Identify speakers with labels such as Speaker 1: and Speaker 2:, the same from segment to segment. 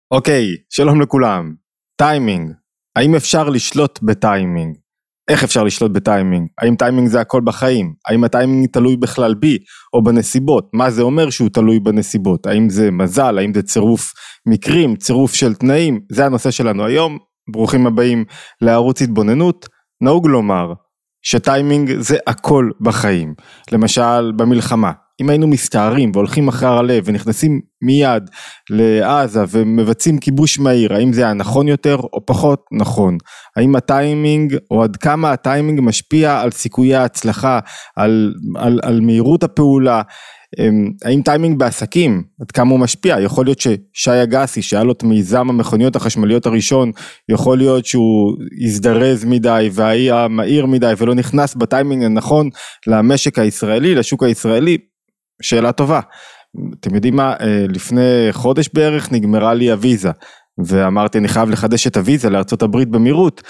Speaker 1: אוקיי, שלום לכולם. טיימינג. האם אפשר לשלוט בטיימינג? איך אפשר לשלוט בטיימינג? האם טיימינג זה הכל בחיים? האם הטיימינג תלוי בכלל בי או בנסיבות? מה זה אומר שהוא תלוי בנסיבות? האם זה מזל? האם זה צירוף מקרים? צירוף של תנאים? זה הנושא שלנו היום. ברוכים הבאים לערוץ התבוננות. נהוג לומר שטיימינג זה הכל בחיים. למשל במלחמה. אם היינו מסתערים והולכים אחר הלב ונכנסים מיד לעזה ומבצעים כיבוש מהיר, האם זה היה נכון יותר או פחות נכון? האם הטיימינג או עד כמה הטיימינג משפיע על סיכויי ההצלחה, על מהירות הפעולה? האם טיימינג בעסקים, עד כמה הוא משפיע? יכול להיות ששי אגסי, שהיה לו את מיזם המכוניות החשמליות הראשון, יכול להיות שהוא יזדרז מדי והיה מהיר מדי ולא נכנס בטיימינג הנכון למשק הישראלי, לשוק הישראלי. שאלה טובה. אתם יודעים מה, לפני חודש בערך נגמרה לי הוויזה, ואמרתי אני חייב לחדש את הוויזה לארצות הברית במהירות.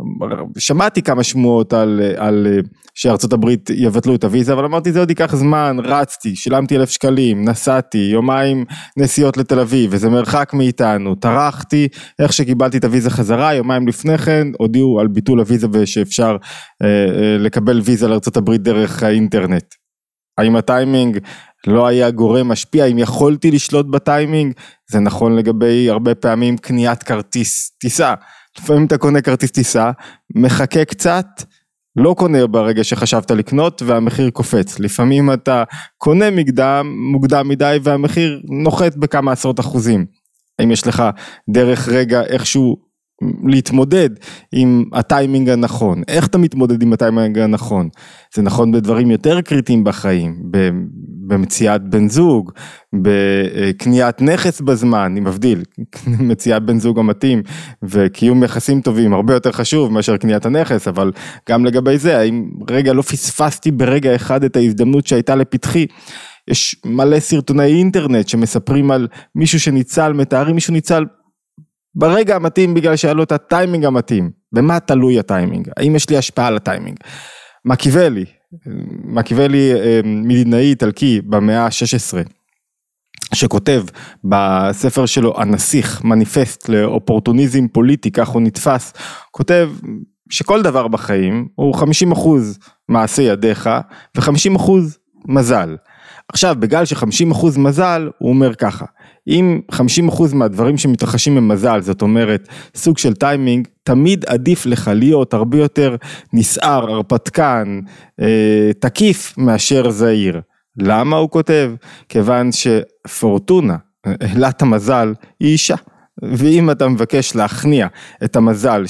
Speaker 1: שמעתי כמה שמועות על שארצות הברית יבטלו את הוויזה, אבל אמרתי זה עוד ייקח זמן, רצתי, שילמתי 1,000 שקלים, נסעתי, יומיים נסיעות לתל אביב, וזה מרחק מאיתנו, טרחתי, איך שקיבלתי את הוויזה חזרה, יומיים לפני כן, הודיעו על ביטול הוויזה ושאפשר לקבל ויזה לארצות הברית דרך האינטרנט. האם הטיימינג לא היה גורם משפיע? אם יכולתי לשלוט בטיימינג? זה נכון לגבי הרבה פעמים קניית כרטיס טיסה. לפעמים אתה קונה כרטיס טיסה, מחכה קצת, לא קונה ברגע שחשבת לקנות והמחיר קופץ. לפעמים אתה קונה מוקדם מדי והמחיר נוחת בכמה עשרות אחוזים. האם יש לך דרך רגע איכשהו להתמודד עם הטיימינג הנכון? איך אתה מתמודד עם הטיימינג הנכון? זה נכון בדברים יותר קריטיים בחיים, במציאת בן זוג, בקניית נכס בזמן, אני מבדיל, מציאת בן זוג המתאים וקיום יחסים טובים הרבה יותר חשוב מאשר קניית הנכס, אבל גם לגבי זה, האם רגע לא פספסתי ברגע אחד את ההזדמנות שהייתה לפתחי? יש מלא סרטוני אינטרנט שמספרים על מישהו שניצל, מתארים מישהו ניצל ברגע המתאים בגלל שהיה לו את הטיימינג המתאים. במה תלוי הטיימינג? האם יש לי השפעה על הטיימינג? מקיאוולי מדינאי איטלקי במאה ה-16, שכותב בספר שלו הנסיך, מניפסט לאופורטוניזם פוליטי, כך הוא נתפס, כותב שכל דבר בחיים הוא 50% מעשה ידיך ו50% מזל. עכשיו, בגלל ש50% מזל, הוא אומר ככה, אם 50% מהדברים שמתרחשים הם מזל, זאת אומרת, סוג של טיימינג, תמיד עדיף לך להיות הרבה יותר נסער, הרפתקן, תקיף מאשר זהיר. למה הוא כותב? כיוון שפורטונה, אלת המזל, היא אישה. ואם אתה מבקש להכניע את המזל,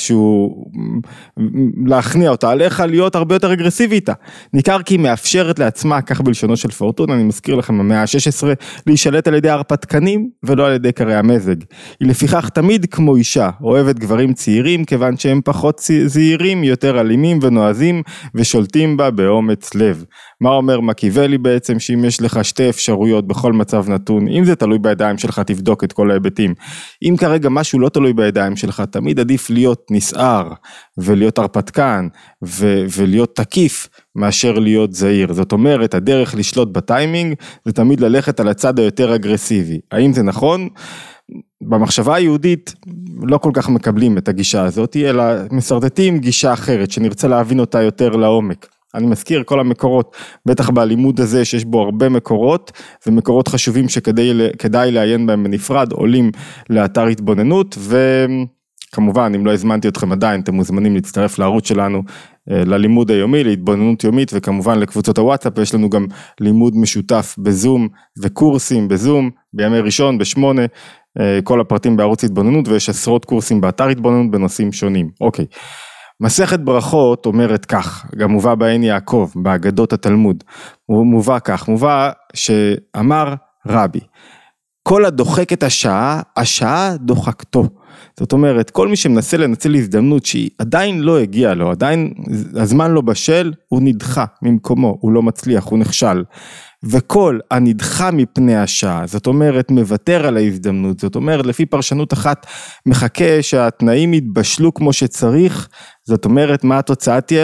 Speaker 1: להכניע אותה, עליך להיות הרבה יותר אגרסיבי איתה. ניכר כי היא מאפשרת לעצמה, כך בלשונו של פורטונה, אני מזכיר לכם במאה ה-16, להישלט על ידי הרפתקנים ולא על ידי קרי המזג. היא לפיכך תמיד כמו אישה, אוהבת גברים צעירים, כיוון שהם פחות זהירים, יותר אלימים ונועזים, ושולטים בה באומץ לב. מה אומר מקיאוולי בעצם? שאם יש לך שתי אפשרויות בכל מצב נתון, אם זה תלוי בידיים שלך, תבדוק את כל ההיבטים. אם כרגע משהו לא תלוי בידיים שלך, תמיד עדיף להיות נסער, ולהיות הרפתקן, ולהיות תקיף, מאשר להיות זהיר. זאת אומרת, הדרך לשלוט בטיימינג, זה תמיד ללכת על הצד היותר אגרסיבי. האם זה נכון? במחשבה היהודית, לא כל כך מקבלים את הגישה הזאת, אלא מסרטטים גישה אחרת, שנרצה להבין אותה יותר לעומק. אני מזכיר כל המקורות, בטח בלימוד הזה שיש בו הרבה מקורות, ומקורות חשובים שכדאי לעיין בהם בנפרד, עולים לאתר התבוננות, וכמובן אם לא הזמנתי אתכם עדיין, אתם מוזמנים להצטרף לערוץ שלנו, ללימוד היומי, להתבוננות יומית, וכמובן לקבוצות הוואטסאפ, יש לנו גם לימוד משותף בזום, וקורסים בזום, בימי ראשון, ב8, כל הפרטים בערוץ התבוננות, ויש עשרות קורסים באתר התבוננות בנושאים שונים. אוקיי. מסכת ברכות אומרת כך, גם מובא בעין יעקב, באגדות התלמוד, הוא מובא כך, מובא שאמר רבי, כל הדוחק את השעה דוחקתו. זאת אומרת, כל מי שמנסה לנצל הזדמנות שהיא עדיין לא הגיעה לו, עדיין הזמן לא בשל, הוא נדחה ממקומו, הוא לא מצליח, הוא נכשל. וכל הנדחה מפני השעה, זאת אומרת מוותר על ההזדמנות, זאת אומרת לפי פרשנות אחת מחכה שהתנאים יתבשלו כמו שצריך, זאת אומרת מה התוצאה תהיה לו?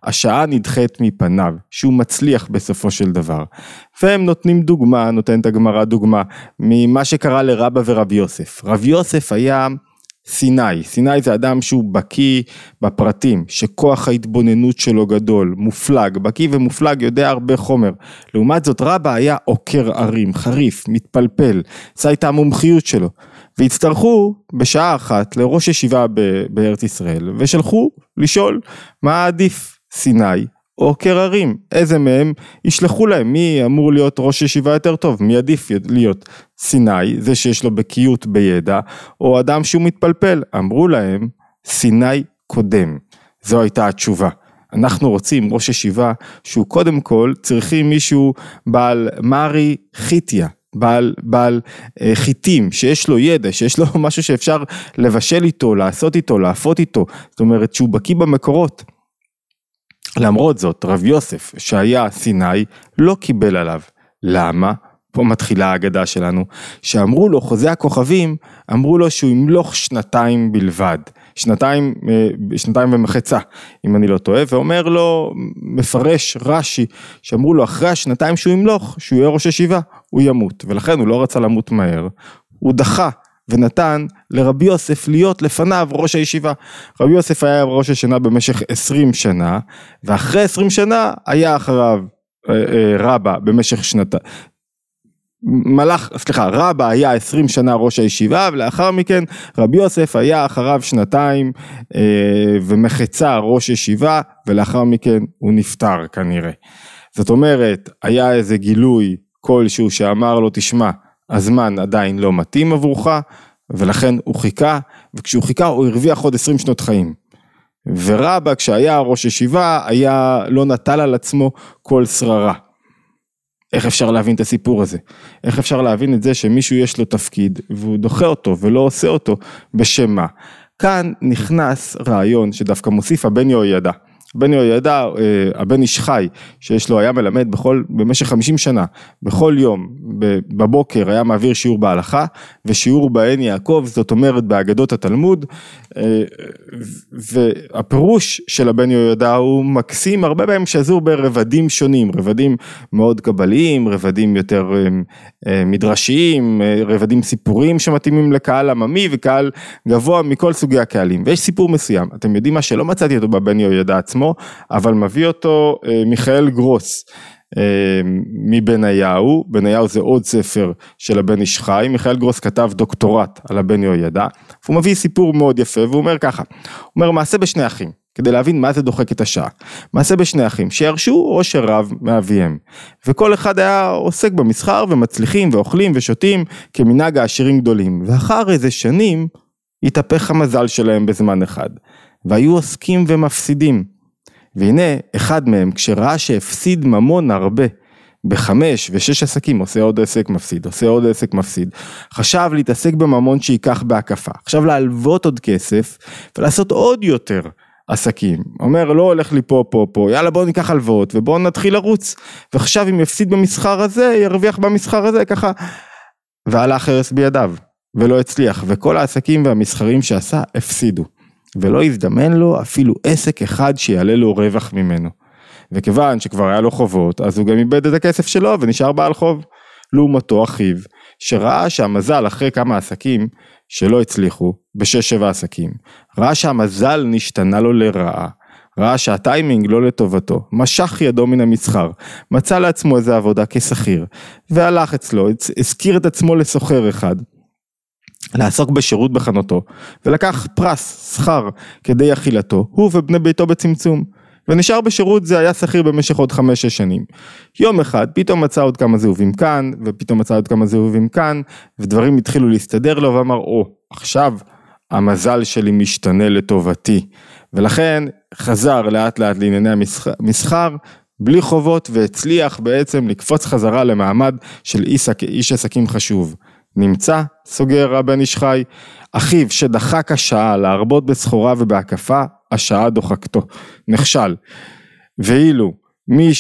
Speaker 1: השעה נדחית מפניו, שהוא מצליח בסופו של דבר. והם נותנים דוגמה, נותנת הגמרא דוגמה, ממה שקרה לרבא ורב יוסף. רב יוסף היה סיני, סיני זה אדם שהוא בקי בפרטים, שכוח ההתבוננות שלו גדול, מופלג, בקי ומופלג, יודע הרבה חומר. לעומת זאת רבא היה עוקר ערים, חריף, מתפלפל, זה הייתה המומחיות שלו. והצטרכו בשעה אחת לראש ישיבה בארץ ישראל, ושלחו לשאול מה עדיף, סיני או עוקר ערים, איזה מהם ישלחו להם, מי אמור להיות ראש ישיבה יותר טוב, מי עדיף להיות סיני, זה שיש לו בקיאות בידע, או אדם שהוא מתפלפל, אמרו להם סיני קודם, זו הייתה התשובה. אנחנו רוצים ראש ישיבה שהוא קודם כל צריכים מישהו בעל מרי חיטיה, בעל חיטים, שיש לו ידע, שיש לו משהו שאפשר לבשל איתו, לעשות איתו, להפות איתו, זאת אומרת שהוא בקיא במקורות. למרות זאת, רב יוסף שהיה סיני לא קיבל עליו. למה? פה מתחילה האגדה שלנו, שאמרו לו, חוזה הכוכבים, אמרו לו שהוא ימלוך 2 בלבד, 2 ומחצה, אם אני לא טועה, ואומר לו, מפרש רש"י, שאמרו לו, אחרי 2 שהוא ימלוך, שהוא יהיה ראש ישיבה, הוא ימות, ולכן הוא לא רצה למות מהר, הוא דחה, ונתן לרבי יוסף להיות לפניו ראש הישיבה. רבי יוסף היה ראש השנה במשך 20 שנה, ואחרי 20 שנה היה אחריו רבא במשך שנתיים, רבא היה 20 שנה ראש הישיבה, ולאחר מכן רבי יוסף היה אחריו 2 ומחצה ראש ישיבה, ולאחר מכן הוא נפטר כנראה. זאת אומרת, היה איזה גילוי כלשהו שאמר לו, תשמע, הזמן עדיין לא מתאים עבורך, ולכן הוא חיכה, וכשהוא חיכה הוא הרוויח עוד 20 שנות חיים. ורבא כשהיה ראש ישיבה, לא נטל על עצמו כל שררה. איך אפשר להבין את הסיפור הזה? איך אפשר להבין את זה שמישהו יש לו תפקיד, והוא דוחה אותו ולא עושה אותו בשם מה? כאן נכנס רעיון שדווקא מוסיף הבן יהוידע. הבן יהוידע, הבן איש חי, שיש לו, היה מלמד במשך 50 שנה, בכל יום, בבוקר היה מעביר שיעור בהלכה, ושיעור בעין יעקב, זאת אומרת באגדות התלמוד, והפירוש של הבן יהוידע הוא מקסים, הרבה בהם שזור ברבדים שונים, רבדים מאוד קבליים, רבדים יותר מדרשיים, רבדים סיפורים שמתאימים לקהל עממי, וקהל גבוה מכל סוגי הקהלים, ויש סיפור מסוים, אתם יודעים מה שלא מצאתי אותו בבן יהוידע עצמו, אבל מביא אותו מיכאל גרוס מבניהו, בניהו זה עוד ספר של הבן איש חי, מיכאל גרוס כתב דוקטורט על הבן יהוידע, הוא מביא סיפור מאוד יפה, והוא אומר ככה, הוא אומר מעשה בשני אחים, כדי להבין מה זה דוחק את השעה, מעשה בשני אחים, שירשו עושר רב מאביהם, וכל אחד היה עוסק במסחר, ומצליחים ואוכלים ושותים, כמנהג העשירים גדולים, ואחר איזה שנים, התהפך המזל שלהם בזמן אחד, והיו עוסקים ומפסידים, והנה אחד מהם כשראה שהפסיד ממון הרבה, ב5 ו6 עסקים עושה עוד עסק מפסיד, עושה עוד עסק מפסיד, חשב להתעסק בממון שיקח בהקפה, חשב להלוות עוד כסף ולעשות עוד יותר עסקים, אומר לא הולך לי פה, יאללה בוא ניקח הלוואות ובוא נתחיל לרוץ, וחשב אם יפסיד במסחר הזה ירוויח במסחר הזה ככה, והלך הרס בידיו ולא הצליח, וכל העסקים והמסחרים שעשה הפסידו. ולא יזדמן לו אפילו עסק אחד שיעלה לו רווח ממנו. וכיוון שכבר היה לו חובות, אז הוא גם איבד את הכסף שלו ונשאר בעל חוב. לעומתו אחיו, שראה שהמזל אחרי כמה עסקים שלא הצליחו, ב6-7 עסקים, ראה שהמזל נשתנה לו לרעה, ראה שהטיימינג לא לטובתו, משך ידו מן המסחר, מצא לעצמו איזה עבודה כשכיר, והלך אצלו, הזכיר את עצמו לסוחר אחד, לעסוק בשירות בחנותו, ולקח פרס, שכר, כדי אכילתו, הוא ובני ביתו בצמצום, ונשאר בשירות זה היה שכיר במשך עוד 5-6 שנים. יום אחד פתאום מצא עוד כמה זהובים כאן, ופתאום מצא עוד כמה זהובים כאן, ודברים התחילו להסתדר לו, ואמר, עכשיו המזל שלי משתנה לטובתי, ולכן חזר לאט לאט לענייני המסחר, בלי חובות, והצליח בעצם לקפוץ חזרה למעמד של איש עסקים חשוב. נמצא, סוגר הבן איש חי, אחיו שדחק השעה להרבות בסחורה ובהקפה, השעה דוחקתו, נכשל. ואילו מי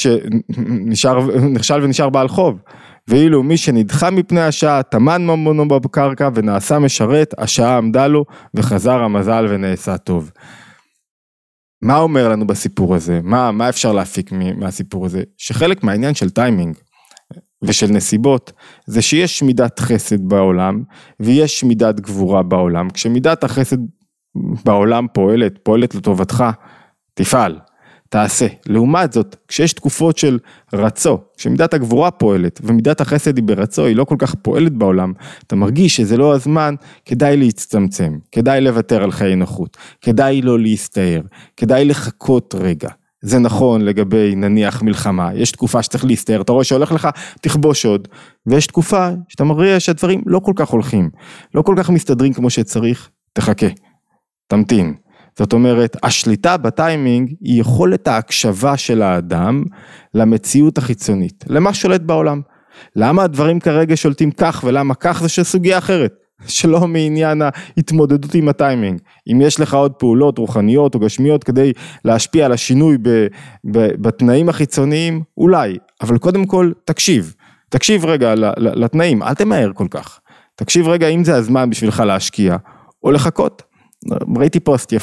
Speaker 1: נכשל ונשאר בעל חוב, ואילו מי שנדחה מפני השעה, תמן ממונו בקרקע ונעשה משרת, השעה עמדה לו וחזר המזל ונעשה טוב. מה אומר לנו בסיפור הזה? מה אפשר להפיק מהסיפור הזה? שחלק מהעניין של טיימינג ושל נסיבות, זה שיש מידת חסד בעולם, ויש מידת גבורה בעולם. כשמידת החסד בעולם פועלת לטובתך, תפעל, תעשה. לעומת זאת, כשיש תקופות של רצו, כשמידת הגבורה פועלת, ומידת החסד היא ברצו, היא לא כל כך פועלת בעולם, אתה מרגיש שזה לא הזמן, כדאי להצטמצם, כדאי לוותר על חיי נוחות, כדאי לא להסתער, כדאי לחכות רגע. זה נכון לגבי נניח מלחמה, יש תקופה שצריך להסתער, אתה רואה שהולך לך, תכבוש עוד, ויש תקופה שאתה מראה שהדברים לא כל כך הולכים, לא כל כך מסתדרים כמו שצריך, תחכה, תמתין. זאת אומרת, השליטה בטיימינג היא יכולת ההקשבה של האדם למציאות החיצונית, למה שולט בעולם. למה הדברים כרגע שולטים כך ולמה כך, זה שסוגיה אחרת, שלא מעניין ההתמודדות עם הטיימינג. אם יש לך עוד פעולות רוחניות או גשמיות כדי להשפיע על השינוי בתנאים החיצוניים, אולי, אבל קודם כל תקשיב רגע לתנאים, אל תמהר כל כך. תקשיב רגע אם זה הזמן בשבילך להשקיע או לחכות. ראיתי פוסט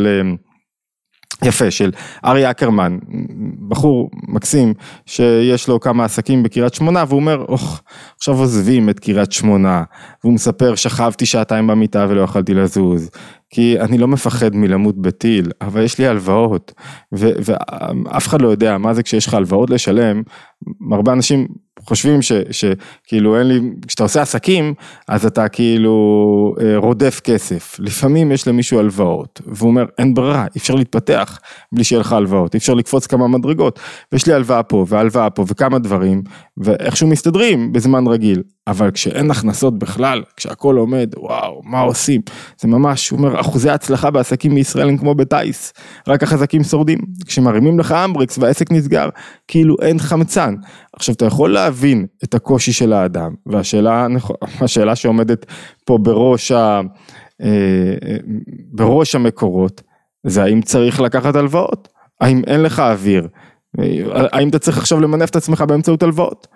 Speaker 1: יפה של ארי אקרמן, בחור מקסים שיש לו כמה עסקים בקריית שמונה, והוא אומר, עכשיו עוזבים את קריית שמונה, והוא מספר, שכבתי שעתיים במיטה ולא יכלתי לזוז, כי אני לא מפחד מלמות בטיל, אבל יש לי הלוואות, ואף אחד לא יודע מה זה כשיש לך הלוואות לשלם. הרבה אנשים חושבים שכאילו אין לי, כשאתה עושה עסקים, אז אתה כאילו רודף כסף. לפעמים יש למישהו הלוואות, והוא אומר, אין ברירה, אי אפשר להתפתח בלי שיהיה לך הלוואות, אי אפשר לקפוץ כמה מדרגות, ויש לי הלוואה פה והלוואה פה וכמה דברים, ואיכשהו מסתדרים בזמן רגיל, אבל כשאין הכנסות בכלל, כשהכל עומד, וואו, מה עושים? זה ממש, הוא אומר, אחוזי ההצלחה בעסקים בישראל הם כמו בטייס, רק החזקים שורדים. כשמרימים לך אמברקס והעסק נסגר, כאילו אין חמצן. עכשיו אתה יכול להבין את הקושי של האדם, והשאלה שעומדת פה בראש המקורות, זה האם צריך לקחת הלוואות? האם אין לך אוויר? האם אתה צריך עכשיו למנף את עצמך באמצעות הלוואות?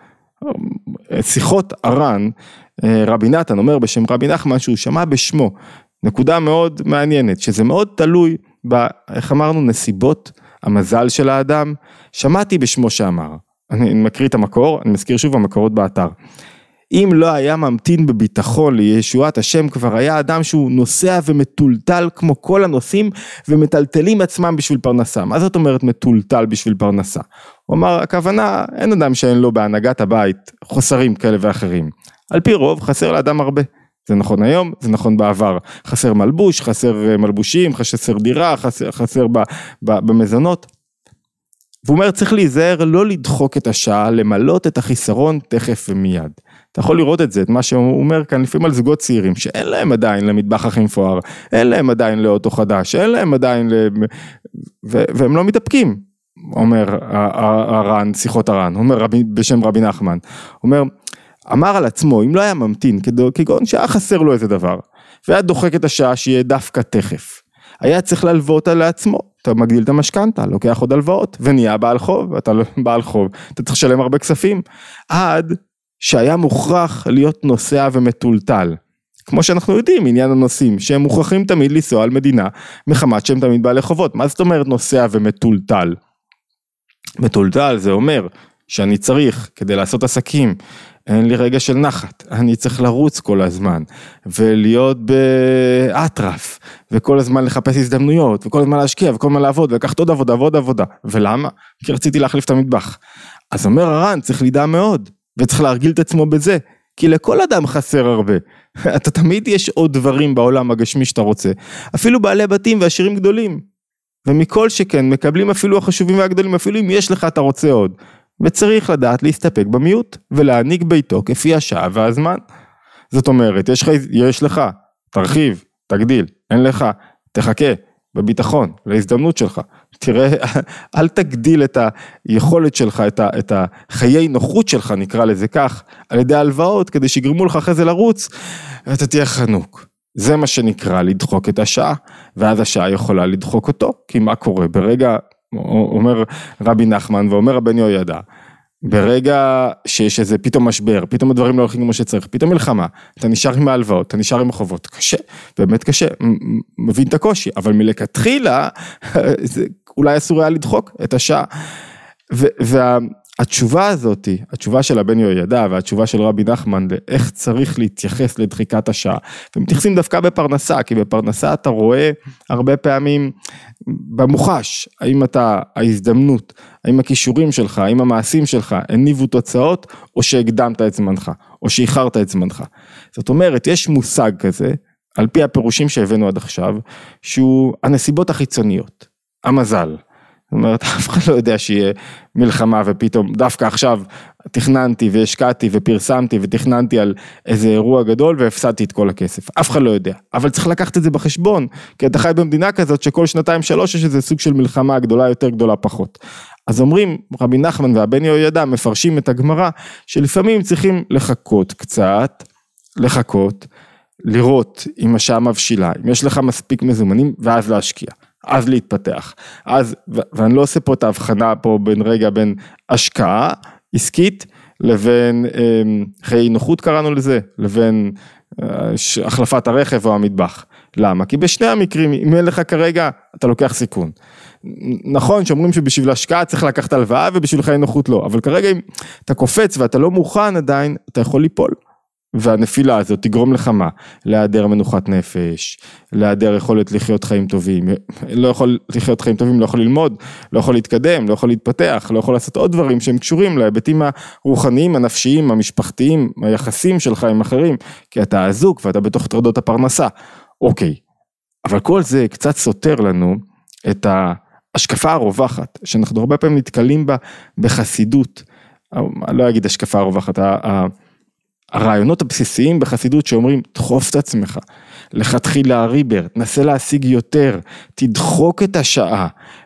Speaker 1: שיחות הר"ן, רבי נתן אומר בשם רבי נחמן שהוא שמע בשמו, נקודה מאוד מעניינת, שזה מאוד תלוי איך אמרנו, נסיבות המזל של האדם. שמעתי בשמו שאמר, אני מקריא את המקור, אני מזכיר שוב המקורות באתר, אם לא היה ממתין בביטחון לישועת השם, כבר היה אדם שהוא נוסע ומטולטל כמו כל הנוסעים, ומטלטלים עצמם בשביל פרנסה. מה זאת אומרת מטולטל בשביל פרנסה? הוא אמר, הכוונה, אין אדם שאין לו בהנהגת הבית חוסרים כאלה ואחרים. על פי רוב חסר לאדם הרבה. זה נכון היום, זה נכון בעבר. חסר מלבוש, חסר מלבושים, חסר דירה, חסר במזונות. והוא אומר, צריך להיזהר לא לדחוק את השעה, למלות את החיסרון תכף ומיד. אתה יכול לראות את זה, את מה שהוא אומר כאן, לפעמים על זוגות צעירים, שאין להם עדיין למטבח הכי מפואר, אין להם עדיין לאוטו חדש, אין להם עדיין, והם לא מתאפקים, אומר הר"ן, שיחות הר"ן, אומר בשם רבי נחמן, אומר, אמר על עצמו, אם לא היה ממתין, כגון שהיה חסר לו איזה דבר, והיה דוחק את השעה שיהיה דווקא תכף, היה צריך להלוות על עצמו, אתה מגדיל את המשכנתה, לוקח עוד הלוואות, ונהיה בעל חוב, אתה לא בעל חוב, אתה צריך לשלם הרבה כספים, עד שהיה מוכרח להיות נוסע ומטולטל, כמו שאנחנו יודעים, עניין הנוסעים, שהם מוכרחים תמיד לנסוע על מדינה, מחמת שהם תמיד בעלי חובות. מה זאת אומרת נוסע ומטולטל? מטולטל זה אומר, שאני צריך, כדי לעשות עסקים, אין לי רגע של נחת, אני צריך לרוץ כל הזמן, ולהיות באטרף, וכל הזמן לחפש הזדמנויות, וכל הזמן להשקיע, וכל הזמן לעבוד, ולקחת עוד עבודה ועוד עבודה. ולמה? כי רציתי להחליף את המטבח. אז אומר הר"ן, צריך לדע מאוד, וצריך להרגיל את עצמו בזה, כי לכל אדם חסר הרבה. אתה תמיד יש עוד דברים בעולם הגשמי שאתה רוצה, אפילו בעלי בתים ועשירים גדולים, ומכל שכן מקבלים אפילו החשובים והגדולים, אפילו אם יש לך אתה רוצה עוד, וצריך לדעת להסתפק במיעוט, ולהעניק ביתו כפי השעה והזמן. זאת אומרת, יש לך, תרחיב, תגדיל, אין לך, תחכה, בביטחון, להזדמנות שלך. תראה, אל תגדיל את היכולת שלך, את החיי נוחות שלך, נקרא לזה כך, על ידי הלוואות, כדי שיגרמו לך אחרי זה לרוץ, ואתה תהיה חנוק. זה מה שנקרא לדחוק את השעה, ואז השעה יכולה לדחוק אותו, כי מה קורה? ברגע, אומר רבי נחמן ואומר רבן יהוידע, ברגע שיש איזה פתאום משבר, פתאום הדברים לא הולכים כמו שצריך, פתאום מלחמה, אתה נשאר עם ההלוואות, אתה נשאר עם החובות, קשה, באמת קשה, מבין את הקושי, אבל מלכתחילה, אולי אסור היה לדחוק את השעה, והתשובה הזאת, התשובה של הבן יהוידע, והתשובה של רבי נחמן, לאיך צריך להתייחס לדחיקת השעה, ומתייחסים דווקא בפרנסה, כי בפרנסה אתה רואה הרבה פעמים במוחש, האם ההזדמנות, האם הכישורים שלך, האם המעשים שלך, הניבו תוצאות, או שהקדמת את זמנך, או שאיחרת את זמנך. זאת אומרת, יש מושג כזה, על פי הפירושים שהבאנו עד עכשיו, שהוא הנסיבות החיצוניות, המזל. זאת אומרת, אף אחד לא יודע שיהיה מלחמה, ופתאום דווקא עכשיו תכננתי והשקעתי ופרסמתי ותכננתי על איזה אירוע גדול והפסדתי את כל הכסף. אף אחד לא יודע, אבל צריך לקחת את זה בחשבון, כי אתה חי במדינה כזאת שכל 2-3 יש איזה סוג של מלחמה גדולה יותר גדולה פחות. אז אומרים, רבי נחמן והבן יהוידע מפרשים את הגמרא, שלפעמים צריכים לחכות קצת, לראות אם השעה מבשילה, אם יש לך מספיק מזומנים, ואז להשקיע. אז להתפתח, ואני לא עושה פה את ההבחנה פה בין השקעה עסקית, לבין חיי נוחות קראנו לזה, לבין החלפת הרכב או המטבח. למה? כי בשני המקרים, אם אין לך כרגע, אתה לוקח סיכון. נכון שאומרים שבשביל השקעה צריך לקחת הלוואה, ובשביל חיי נוחות לא, אבל כרגע אם אתה קופץ ואתה לא מוכן עדיין, אתה יכול ליפול. והנפילה הזאת תגרום לך מה? להיעדר מנוחת נפש, להיעדר יכולת לחיות חיים טובים, לא יכול לחיות חיים טובים, לא יכול ללמוד, לא יכול להתקדם, לא יכול להתפתח, לא יכול לעשות עוד דברים שהם קשורים להיבטים הרוחניים, הנפשיים, המשפחתיים, היחסים שלך עם אחרים, כי אתה אזוק ואתה בתוך טרדות הפרנסה. אוקיי, אבל כל זה קצת סותר לנו את ההשקפה הרווחת, שאנחנו הרבה פעמים נתקלים בה בחסידות, לא אגיד השקפה הרווחת, הרעיונות הבסיסיים בחסידות שאומרים, תחוף את עצמך, לכתחילה ריבר, תנסה להשיג יותר, תדחוק את השעה,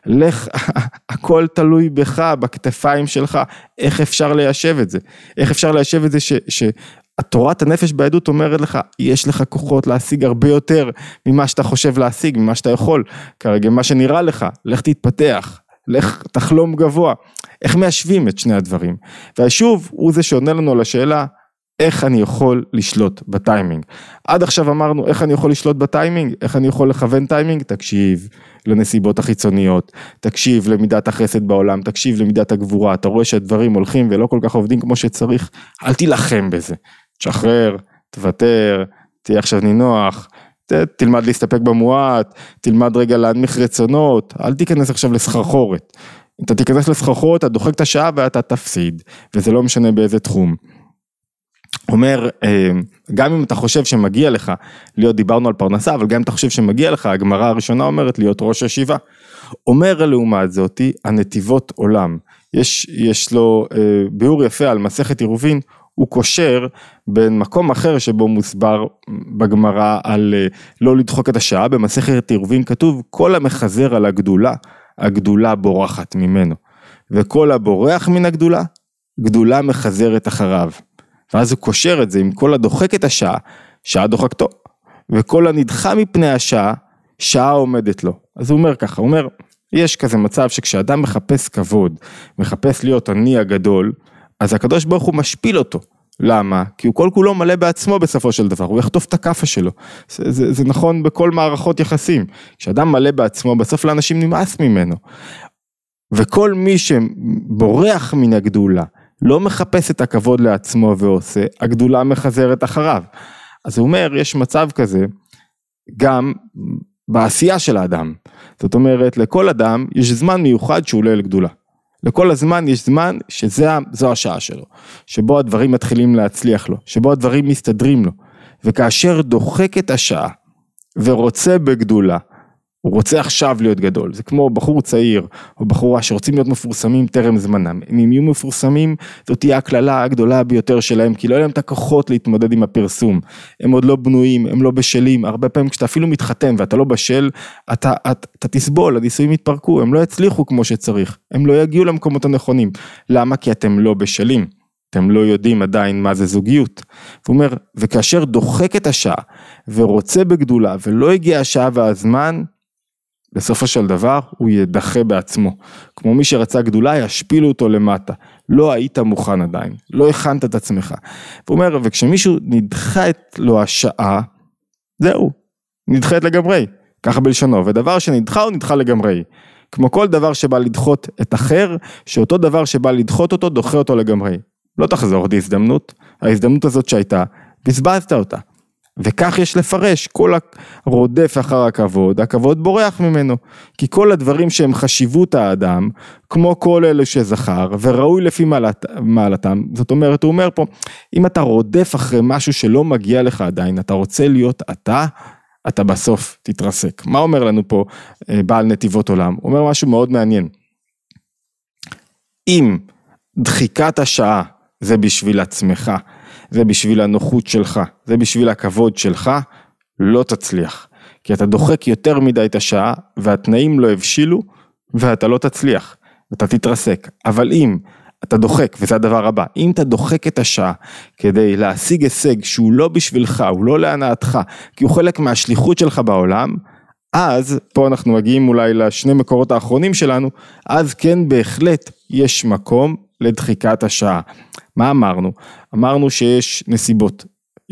Speaker 1: הכל תלוי בך, בכתפיים שלך, איך אפשר ליישב את זה? איך אפשר ליישב את זה שהתורת הנפש בעדות אומרת לך, יש לך כוחות להשיג הרבה יותר ממה שאתה חושב להשיג, ממה שאתה יכול, כרגע מה שנראה לך, לך תתפתח, לך תחלום גבוה, איך מיישבים את שני הדברים? והשוב הוא זה שעונה לנו על השאלה, איך אני יכול לשלוט בטיימינג? עד עכשיו אמרנו, איך אני יכול לשלוט בטיימינג? איך אני יכול לכוון טיימינג? תקשיב לנסיבות החיצוניות, תקשיב למידת החסד בעולם, תקשיב למידת הגבורה, אתה רואה שהדברים הולכים ולא כל כך עובדים כמו שצריך, אל תילחם בזה, תשחרר, תוותר, תהיה עכשיו נינוח, תלמד להסתפק במועט, תלמד רגע להנמיך רצונות, אל תיכנס עכשיו לסחרחורת, אם אתה תיכנס לסחרחורת, אתה דוחק את השעה ואתה תפסיד, וזה לא משנה באיזה תחום. אומר, גם אם אתה חושב שמגיע לך להיות, דיברנו על פרנסה, אבל גם אם אתה חושב שמגיע לך, הגמרא הראשונה אומרת להיות ראש ישיבה. אומר לעומת זאת, הנתיבות עולם, יש לו ביאור יפה על מסכת עירובין, הוא קושר בין מקום אחר שבו מוסבר בגמרא על לא לדחוק את השעה, במסכת עירובין כתוב, כל המחזר על הגדולה, הגדולה בורחת ממנו, וכל הבורח מן הגדולה, גדולה מחזרת אחריו. ואז הוא קושר את זה עם כל הדוחק את השעה, שעה דוחקתו, וכל הנדחה מפני השעה, שעה עומדת לו. אז הוא אומר ככה, הוא אומר, יש כזה מצב שכשאדם מחפש כבוד, מחפש להיות עני הגדול, אז הקדוש ברוך הוא משפיל אותו. למה? כי הוא כל כולו מלא בעצמו בסופו של דבר, הוא יחטוף את הכאפה שלו. זה נכון בכל מערכות יחסים. כשאדם מלא בעצמו, בסוף לאנשים נמאס ממנו. וכל מי שבורח מן הגדולה, לא מחפש את הכבוד לעצמו ועושה, הגדולה מחזרת אחריו. אז הוא אומר, יש מצב כזה, גם בעשייה של האדם. זאת אומרת, לכל אדם יש זמן מיוחד שהוא עולה לגדולה. לכל הזמן יש זמן שזו השעה שלו, שבו הדברים מתחילים להצליח לו, שבו הדברים מסתדרים לו, וכאשר דוחק את השעה, ורוצה בגדולה, הוא רוצה עכשיו להיות גדול, זה כמו בחור צעיר, או בחורה שרוצים להיות מפורסמים טרם זמנם, אם הם יהיו מפורסמים, זאת תהיה הכללה הגדולה ביותר שלהם, כי לא יהיה להם את הכוחות להתמודד עם הפרסום, הם עוד לא בנויים, הם לא בשלים, הרבה פעמים כשאתה אפילו מתחתן, ואתה לא בשל, אתה תסבול, הנישואים יתפרקו, הם לא יצליחו כמו שצריך, הם לא יגיעו למקומות הנכונים, למה? כי אתם לא בשלים, אתם לא יודעים עדיין מה זה זוגיות, הוא אומר, וכאשר דוחק את השעה, ורוצה בגדולה, ולא הגיע השעה והזמן, בסופו של דבר הוא ידחה בעצמו. כמו מי שרצה גדולה, ישפילו אותו למטה. לא היית מוכן עדיין, לא הכנת את עצמך. הוא אומר, וכשמישהו נדחה את לו השעה, זהו, נדחת לגמרי. ככה בלשונו, ודבר שנדחה הוא נדחה לגמרי. כמו כל דבר שבא לדחות את אחר, שאותו דבר שבא לדחות אותו, דוחה אותו לגמרי. לא תחזור עוד הזדמנות, ההזדמנות הזאת שהייתה, בזבזת אותה. וכך יש לפרש, כל הרודף אחר הכבוד, הכבוד בורח ממנו. כי כל הדברים שהם חשיבות האדם, כמו כל אלה שזכר, וראוי לפי מעלתם, זאת אומרת, הוא אומר פה, אם אתה רודף אחרי משהו שלא מגיע לך עדיין, אתה רוצה להיות אתה בסוף תתרסק. מה אומר לנו פה בעל נתיבות עולם? הוא אומר משהו מאוד מעניין. אם דחיקת השעה זה בשביל עצמך, זה בשביל הנוחות שלך, זה בשביל הכבוד שלך, לא תצליח. כי אתה דוחק יותר מדי את השעה, והתנאים לא הבשילו, ואתה לא תצליח, אתה תתרסק. אבל אם אתה דוחק, וזה הדבר הבא, אם אתה דוחק את השעה, כדי להשיג הישג שהוא לא בשבילך, הוא לא להנאתך, כי הוא חלק מהשליחות שלך בעולם, אז, פה אנחנו מגיעים אולי לשני מקורות האחרונים שלנו, אז כן בהחלט יש מקום לדחיקת השעה. מה אמרנו? אמרנו שיש נסיבות,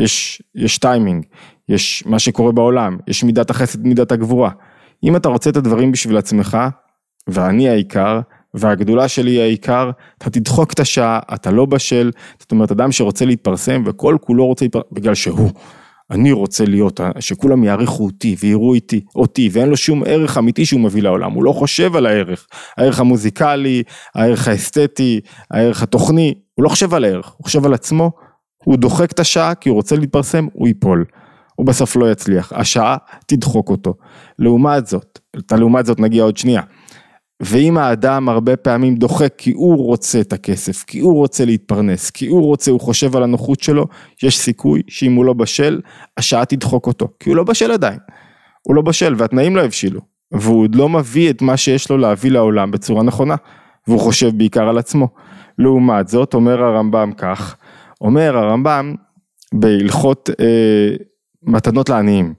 Speaker 1: יש טיימינג, יש מה שקורה בעולם, יש מידת החסד, מידת הגבורה. אם אתה רוצה את הדברים בשביל עצמך, ואני העיקר, והגדולה שלי היא העיקר, אתה תדחוק את השעה, אתה לא בשל, זאת אומרת, אדם שרוצה להתפרסם, וכל כולו רוצה להתפרסם, בגלל אני רוצה להיות, שכולם יעריכו אותי, ויראו אותי, ואין לו שום ערך אמיתי שהוא מביא לעולם, הוא לא חושב על הערך המוזיקלי, הערך האסתטי, הערך התוכני, הוא לא חושב על הערך, הוא חושב על עצמו, הוא דוחק את השעה, כי הוא רוצה להתפרסם, הוא ייפול, הוא בסוף לא יצליח, השעה תדחוק אותו. לעומת זאת נגיע עוד שנייה, ואם האדם הרבה פעמים דוחק כי הוא רוצה את הכסף, כי הוא רוצה להתפרנס, כי הוא חושב על הנוחות שלו, יש סיכוי שאם הוא לא בשל, השעה תדחוק אותו, כי הוא לא בשל עדיין, הוא לא בשל והתנאים לא הבשילו, והוא עוד לא מביא את מה שיש לו להביא לעולם בצורה נכונה, והוא חושב בעיקר על עצמו. לעומת זאת, אומר הרמב"ם כך, אומר הרמב"ם בהלכות מתנות לעניים,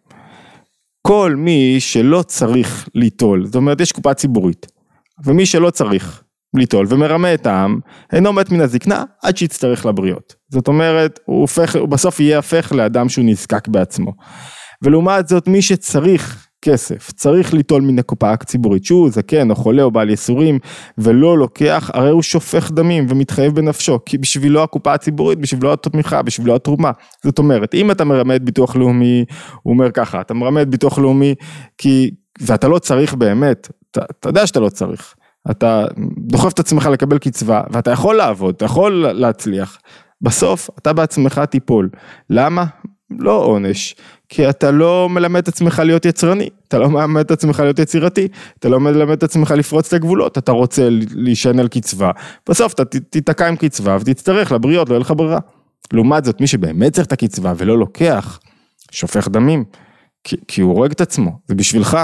Speaker 1: כל מי שלא צריך ליטול, זאת אומרת יש קופה ציבורית, ומי שלא צריך ליטול ומרמה את העם, אינו מת מן הזקנה עד שיצטרך לבריות. זאת אומרת, הוא בסוף יהיה הפך לאדם שהוא נזקק בעצמו. ולעומת זאת, מי שצריך כסף, צריך ליטול מן הקופה הציבורית, שהוא זקן או חולה או בעל יסורים, ולא לוקח, הרי הוא שופך דמים ומתחייב בנפשו, כי בשבילו הקופה הציבורית, בשבילו התמיכה, בשבילו התרומה. זאת אומרת, אם אתה מרמה את ביטוח לאומי, הוא אומר ככה, אתה מרמה את ביטוח לאומי, ואתה לא צריך באמת, אתה יודע שאתה לא צריך, אתה דוחף את עצמך לקבל קצבה, ואתה יכול לעבוד, אתה יכול להצליח, בסוף אתה בעצמך תיפול. למה? לא עונש, כי אתה לא מלמד את עצמך להיות יצרני, אתה לא מלמד את עצמך להיות יצירתי, אתה לא מלמד את עצמך לפרוץ את הגבולות, אתה רוצה להישען על קצבה, בסוף אתה תתקע עם קצבה ותצטרך לבריות, לא יהיה לך ברירה. לעומת זאת, מי שבאמת צריך את הקצבה ולא לוקח, שופך דמים, כי הוא רואה את עצמו, זה בשבילך,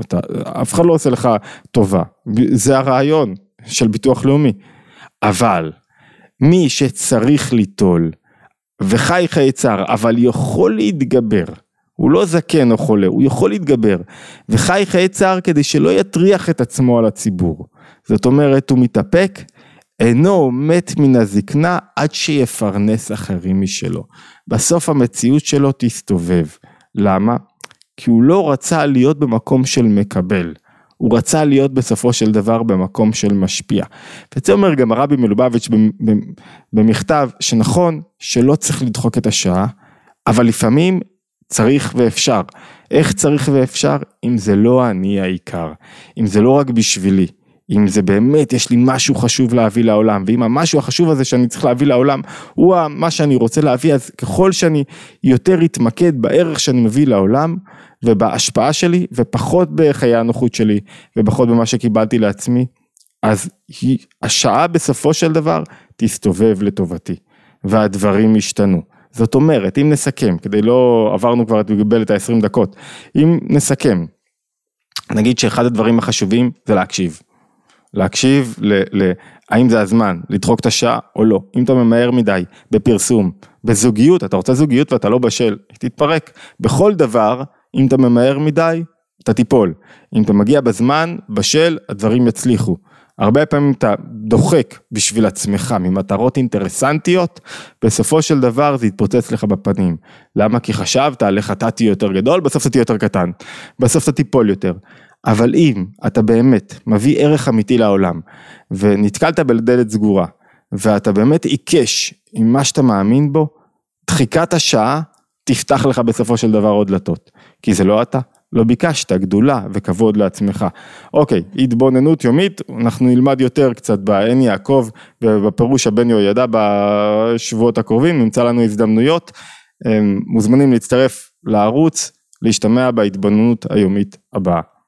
Speaker 1: אף אחד לא עושה לך טובה, זה הרעיון של ביטוח לאומי. אבל מי שצריך ליטול וחי חיי צער, אבל יכול להתגבר, הוא לא זקן או חולה, הוא יכול להתגבר וחי חיי צער כדי שלא יטריח את עצמו על הציבור, זאת אומרת הוא מתאפק, אינו מת מן הזקנה עד שיפרנס אחרים משלו, בסוף המציאות שלו תסתובב. למה? כי הוא לא רצה להיות במקום של מקבל, הוא רצה להיות בסופו של דבר במקום של משפיע. וזה אומר גם הרבי מלובביץ' במכתב, שנכון שלא צריך לדחוק את השעה, אבל לפעמים צריך ואפשר. איך צריך ואפשר? אם זה לא אני העיקר, אם זה לא רק בשבילי, אם זה באמת יש לי משהו חשוב להביא לעולם, ואם המשהו החשוב הזה שאני צריך להביא לעולם, הוא מה שאני רוצה להביא, אז ככל שאני יותר אתמקד בערך שאני מביא לעולם, ובהשפעה שלי, ופחות בחיי הנוחות שלי, ופחות במה שקיבלתי לעצמי, אז השעה בסופו של דבר תסתובב לטובתי, והדברים ישתנו. זאת אומרת, אם נסכם, כדי לא עברנו כבר את מגבלת ה-20 דקות, אם נסכם, נגיד שאחד הדברים החשובים זה להקשיב. להקשיב האם זה הזמן לדחוק את השעה או לא. אם אתה ממהר מדי בפרסום, בזוגיות, אתה רוצה זוגיות ואתה לא בשל, תתפרק. בכל דבר, אם אתה ממהר מדי, אתה תיפול. אם אתה מגיע בזמן, בשל, הדברים יצליחו. הרבה פעמים אתה דוחק בשביל עצמך, ממטרות אינטרסנטיות, בסופו של דבר זה יתפוצץ לך בפנים. למה? כי חשבת עליך אתה תהיה יותר גדול, בסוף אתה תהיה יותר קטן. בסוף אתה תיפול יותר. אבל אם אתה באמת מביא ערך אמיתי לעולם, ונתקלת בדלת סגורה, ואתה באמת עיקש עם מה שאתה מאמין בו, דחיקת השעה תפתח לך בסופו של דבר עוד דלתות. כי זה לא אתה. לא ביקשת גדולה וכבוד לעצמך. אוקיי, התבוננות יומית, אנחנו נלמד יותר קצת בעין יעקב, ובפירוש הבן יהוידע בשבועות הקרובים, נמצא לנו הזדמנויות, מוזמנים להצטרף לערוץ, להשתמע בהתבוננות היומית הבאה.